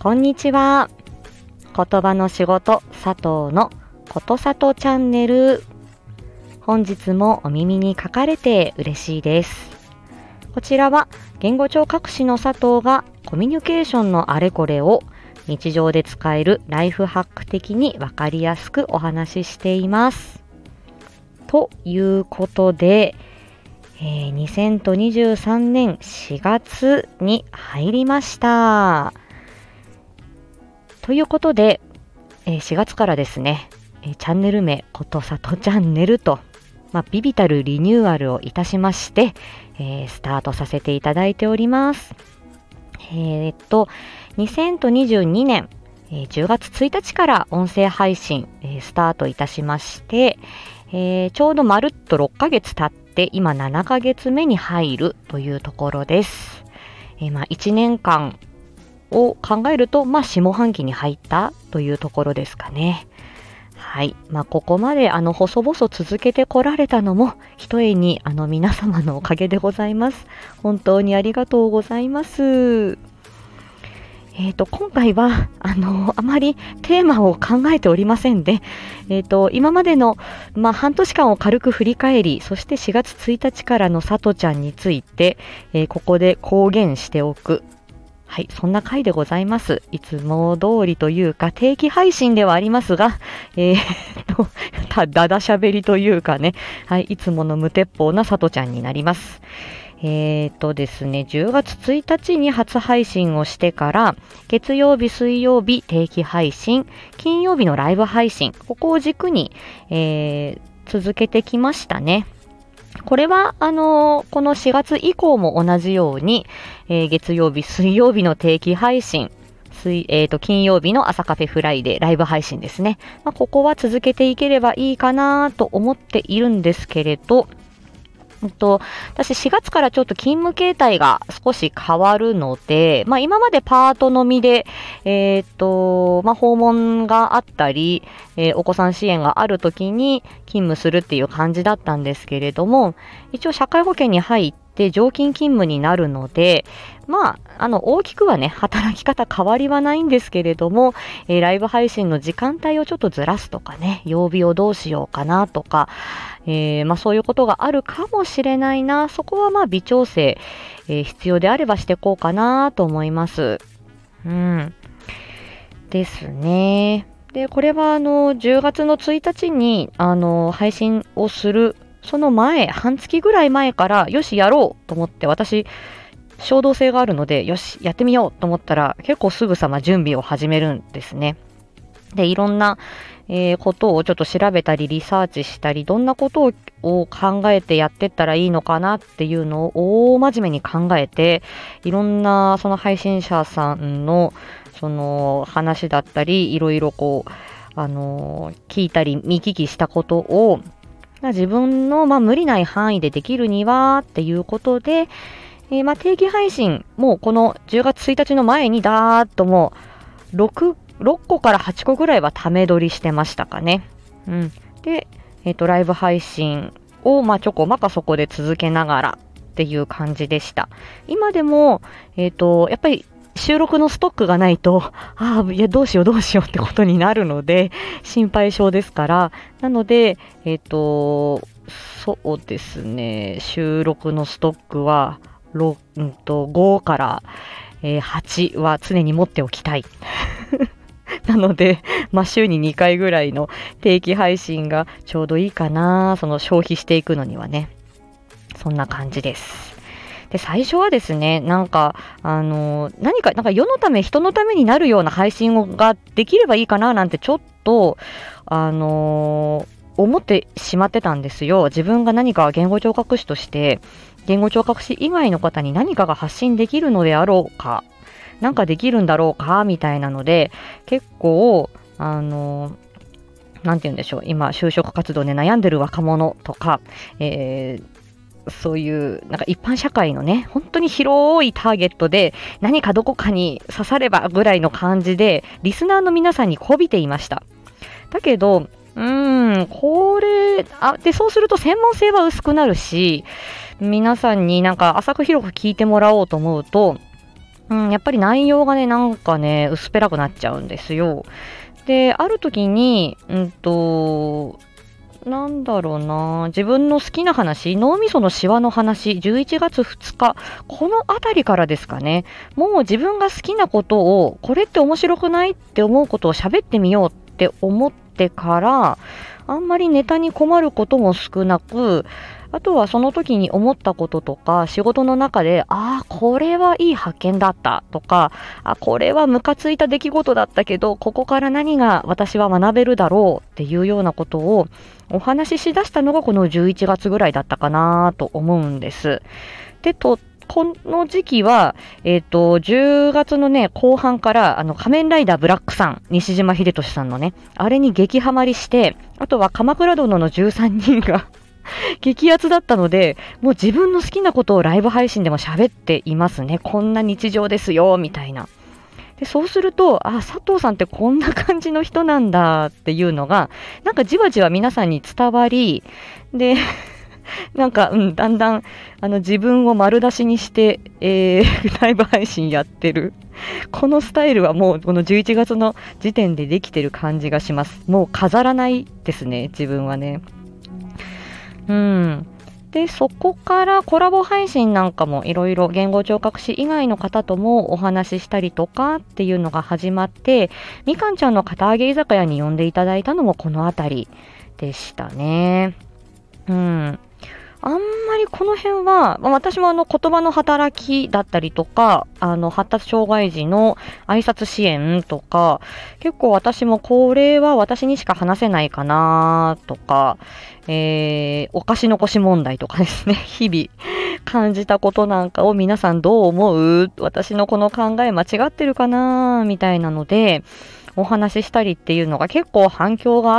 こんにちは。言葉の仕事佐藤のことさとチャンネル。本日もお耳に書かれて嬉しいです。こちらは言語聴覚士の佐藤がコミュニケーションのあれこれを日常で使えるライフハック的にわかりやすくお話ししています。ということで、2023年4月に入りました。ということで、4月からですね、チャンネル名ことさとチャンネルと、ビビたるリニューアルをいたしまして、スタートさせていただいております。2022年、10月1日から音声配信、スタートいたしまして、ちょうどまるっと6ヶ月経って今7ヶ月目に入るというところです。1年間を考えると、下半期に入ったというところですかね。はい。ここまで細々続けてこられたのも、ひとえに皆様のおかげでございます。本当にありがとうございます。今回は、あまりテーマを考えておりませんで、今までの、半年間を軽く振り返り、そして4月1日からのさとちゃんについて、ここで公言しておく。はい、そんな回でございます。いつも通りというか、定期配信ではありますが、だだしゃべりというかね、はい、いつもの無鉄砲なさとちゃんになります。ですね、10月1日に初配信をしてから、月曜日、水曜日定期配信、金曜日のライブ配信、ここを軸に、続けてきましたね。これは、この4月以降も同じように、月曜日、水曜日の定期配信、金曜日の朝カフェフライデー、ライブ配信ですね。ここは続けていければいいかなと思っているんですけれど、私4月からちょっと勤務形態が少し変わるので、今までパートのみで、訪問があったり、お子さん支援があるときに勤務するっていう感じだったんですけれども、一応社会保険に入って常勤勤務になるので、大きくはね、働き方変わりはないんですけれども、ライブ配信の時間帯をちょっとずらすとかね、曜日をどうしようかなとか、そういうことがあるかもしれないな。そこは微調整、必要であればしていこうかなと思います。ですね。で、これは10月の1日に配信をするその前、半月ぐらい前から、よし、やろうと思って、私、衝動性があるので、よし、やってみようと思ったら、結構すぐさま準備を始めるんですね。で、いろんな、ことをちょっと調べたり、リサーチしたり、どんなことを考えてやってったらいいのかなっていうのを大真面目に考えて、いろんなその配信者さんのその話だったり、いろいろ聞いたり見聞きしたことを、自分の無理ない範囲でできるにはっていうことで、定期配信もこの10月1日の前にだーっともう6個から8個ぐらいはため撮りしてましたかね。で、ライブ配信をちょこまかそこで続けながらっていう感じでした。今でも、やっぱり収録のストックがないと、いやどうしようってことになるので、心配性ですから、なので、そうですね、収録のストックは、5から、8は常に持っておきたい。なので、週に2回ぐらいの定期配信がちょうどいいかな、その消費していくのにはね。そんな感じです。で、最初はですね、何か世のため、人のためになるような配信ができればいいかななんてちょっと、思ってしまってたんですよ。自分が何か言語聴覚士として、言語聴覚士以外の方に何かが発信できるのであろうか、なんかできるんだろうか、みたいなので、結構、なんて言うんでしょう、今、就職活動で悩んでる若者とか、そういう一般社会のね、本当に広いターゲットで何かどこかに刺さればぐらいの感じでリスナーの皆さんに媚びていました。だけどこれでそうすると専門性は薄くなるし、皆さんに浅く広く聞いてもらおうと思うとやっぱり内容がね、なんかね、薄っぺらくなっちゃうんですよ。で、ある時に、なんだろうな、自分の好きな話、脳みそのシワの話、11月2日、このあたりからですかね、もう自分が好きなことを、これって面白くないって思うことを喋ってみようって思ってから、あんまりネタに困ることも少なく、あとはその時に思ったこととか、仕事の中で、これはいい発見だったとか、これはムカついた出来事だったけど、ここから何が私は学べるだろうっていうようなことをお話ししだしたのがこの11月ぐらいだったかなと思うんです。で、この時期は、10月のね、後半から、仮面ライダーブラックさん、西島秀俊さんのね、あれに激ハマりして、あとは鎌倉殿の13人が激アツだったので、もう自分の好きなことをライブ配信でも喋っていますね。こんな日常ですよ、みたいな。で、そうすると、佐藤さんってこんな感じの人なんだっていうのが、なんかじわじわ皆さんに伝わり、で、なんか、だんだん、自分を丸出しにして、ライブ配信やってる。このスタイルはもう、この11月の時点でできてる感じがします。もう飾らないですね、自分はね。で、そこからコラボ配信なんかもいろいろ言語聴覚士以外の方ともお話ししたりとかっていうのが始まって、みかんちゃんの片揚げ居酒屋に呼んでいただいたのもこのあたりでしたね。あんまりこの辺は、私も言葉の働きだったりとか、発達障害児の挨拶支援とか、結構私もこれは私にしか話せないかなとか、お菓子残し問題とかですね、日々感じたことなんかを皆さんどう思う？私のこの考え間違ってるかなみたいなので、お話ししたりっていうのが結構反響があって、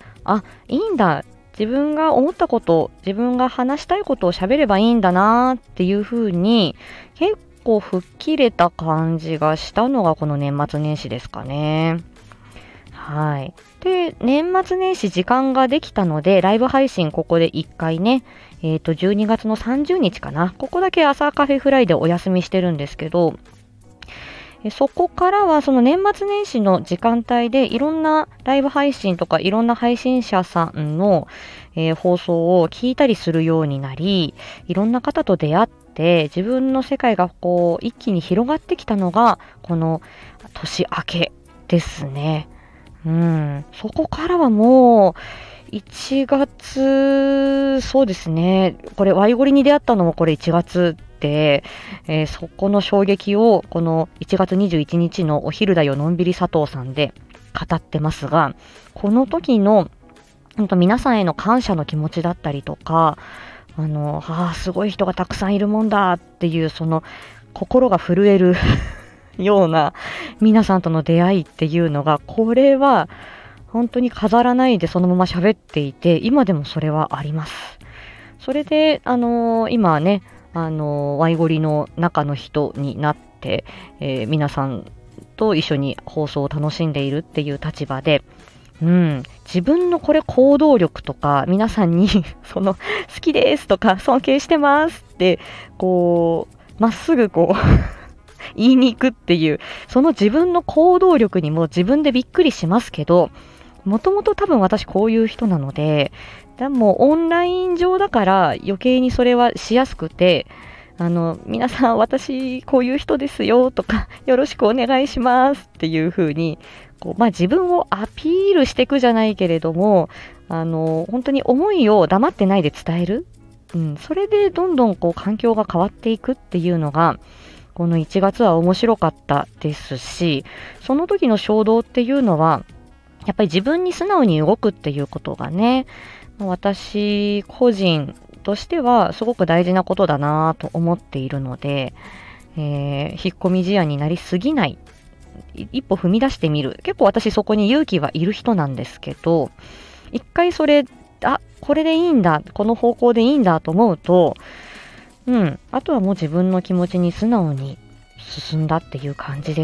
いいんだ。自分が思ったこと、自分が話したいことを喋ればいいんだなっていう風に、結構吹っ切れた感じがしたのがこの年末年始ですかね。はい。で、年末年始時間ができたので、ライブ配信ここで1回ね、12月の30日かな。ここだけ朝カフェフライでお休みしてるんですけど、そこからはその年末年始の時間帯でいろんなライブ配信とかいろんな配信者さんの、放送を聞いたりするようになり、いろんな方と出会って自分の世界がこう一気に広がってきたのがこの年明けですね。そこからはもう1月、そうですね。これワイゴリに出会ったのもこれ1月で、そこの衝撃をこの1月21日のお昼だよのんびり佐藤さんで語ってますが、この時の本当皆さんへの感謝の気持ちだったりとか、すごい人がたくさんいるもんだっていうその心が震えるような皆さんとの出会いっていうのが、これは本当に飾らないでそのまま喋っていて、今でもそれはあります。それで、今ね、ワイゴリの中の人になって、皆さんと一緒に放送を楽しんでいるっていう立場で、自分のこれ行動力とか、皆さんにその好きですとか尊敬してますって、こう、まっすぐこう言いに行くっていう、その自分の行動力にも自分でびっくりしますけど、もともと多分私こういう人なので、でもオンライン上だから余計にそれはしやすくて、皆さん私こういう人ですよとか、よろしくお願いしますっていう風に、自分をアピールしていくじゃないけれども、本当に思いを黙ってないで伝える。それでどんどん環境が変わっていくっていうのが、この1月は面白かったですし、その時の衝動っていうのは、やっぱり自分に素直に動くっていうことがね、私個人としてはすごく大事なことだなと思っているので、引っ込み思案になりすぎない、一歩踏み出してみる。結構私そこに勇気はいる人なんですけど、一回それ、これでいいんだ、この方向でいいんだと思うと、あとはもう自分の気持ちに素直に進んだっていう感じです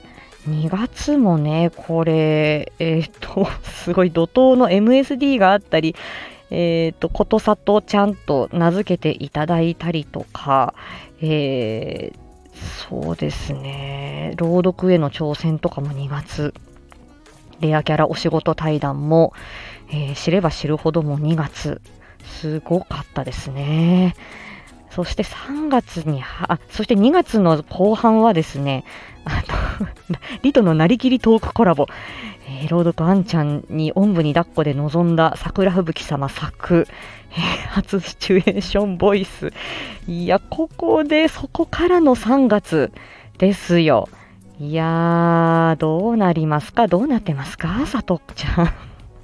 。2月もね、これ、すごい怒涛の MSD があったり、ことさとちゃんと名付けていただいたりとか、 そうですね。朗読への挑戦とかも2月。レアキャラお仕事対談も、知れば知るほども2月。すごかったですね。そして3月にそして2月の後半はですね、リトのなりきりトークコラボ、朗読あんちゃんにおんぶに抱っこで臨んだ桜吹雪様作、初シチュエーションボイス。いや、ここからの3月ですよ。いやー、どうなりますか？どうなってますか？さとちゃん。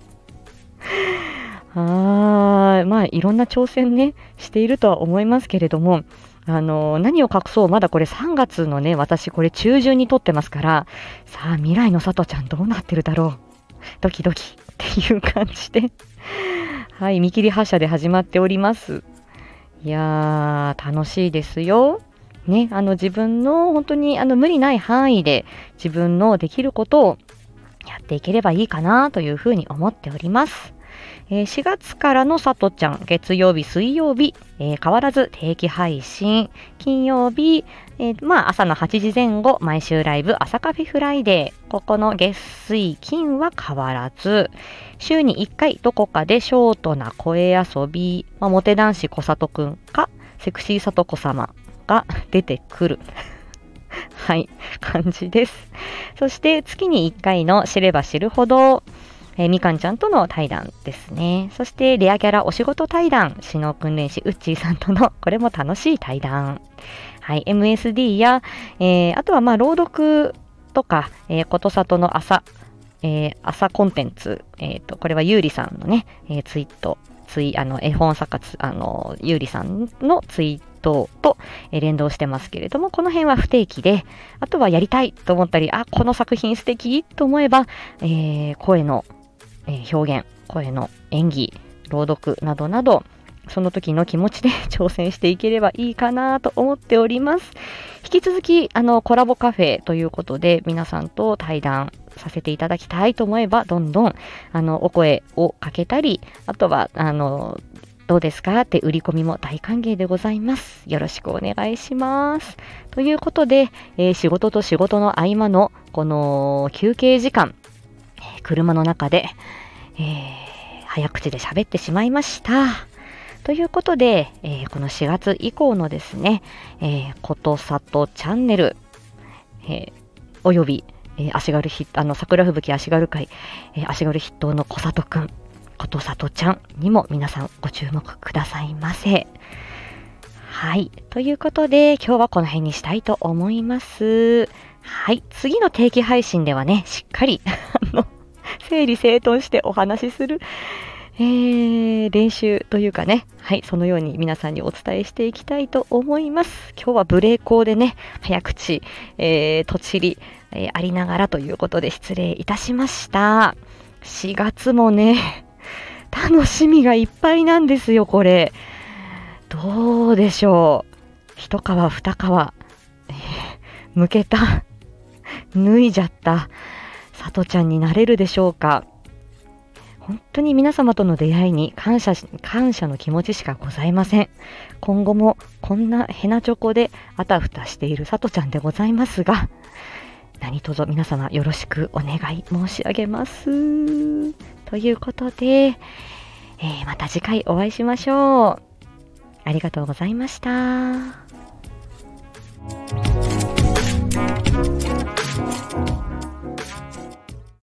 まあ、いろんな挑戦ね、しているとは思いますけれども、何を隠そう、まだこれ3月のね、私これ中旬に撮ってますから、さあ、未来のさとちゃんどうなってるだろう。ドキドキっていう感じで、はい、見切り発車で始まっております。いやー、楽しいですよ。ね、自分の本当に無理ない範囲で自分のできることをやっていければいいかなというふうに思っております。4月からのさとちゃん、月曜日、水曜日、変わらず定期配信、金曜日、朝の8時前後、毎週ライブ、朝カフェフライデー、ここの月水金は変わらず、週に1回どこかでショートな声遊び、モテ男子小里くんか、セクシーさとこ様が出てくる。はい、感じです。そして月に1回の知れば知るほど、みかんちゃんとの対談ですね。そしてレアキャラお仕事対談、指導訓練士うっちーさんとのこれも楽しい対談。はい、MSD や、あとは朗読とか、ことさとの朝コンテンツ、これはゆうりさんのね、ツイート、絵本作家、ゆうりさんのツイートと、連動してますけれども、この辺は不定期で、あとはやりたいと思ったり、この作品素敵と思えば、声の表現、声の演技、朗読などなど、その時の気持ちで挑戦していければいいかなと思っております。引き続き、コラボカフェということで、皆さんと対談させていただきたいと思えば、どんどん、お声をかけたり、あとは、どうですかって売り込みも大歓迎でございます。よろしくお願いします。ということで、仕事と仕事の合間のこの休憩時間、車の中で、早口で喋ってしまいました。ということで、この4月以降のですね、ことさとチャンネル、および、足軽桜吹雪足軽会、足軽筆頭の小里くん、ことさとちゃんにも皆さんご注目くださいませ。はい。ということで、今日はこの辺にしたいと思います。はい。次の定期配信ではね、しっかり、整理整頓してお話しする、練習というかね、はい、そのように皆さんにお伝えしていきたいと思います。今日は無礼講でね、早口、とちり、ありながらということで失礼いたしました。4月もね、楽しみがいっぱいなんですよ、これ。どうでしょう。一皮二皮、剥けた、脱いじゃった、さとちゃんになれるでしょうか。本当に皆様との出会いに感謝の気持ちしかございません。今後もこんなヘナチョコであたふたしているさとちゃんでございますが、何卒皆様よろしくお願い申し上げます。ということで、また次回お会いしましょう。ありがとうございました。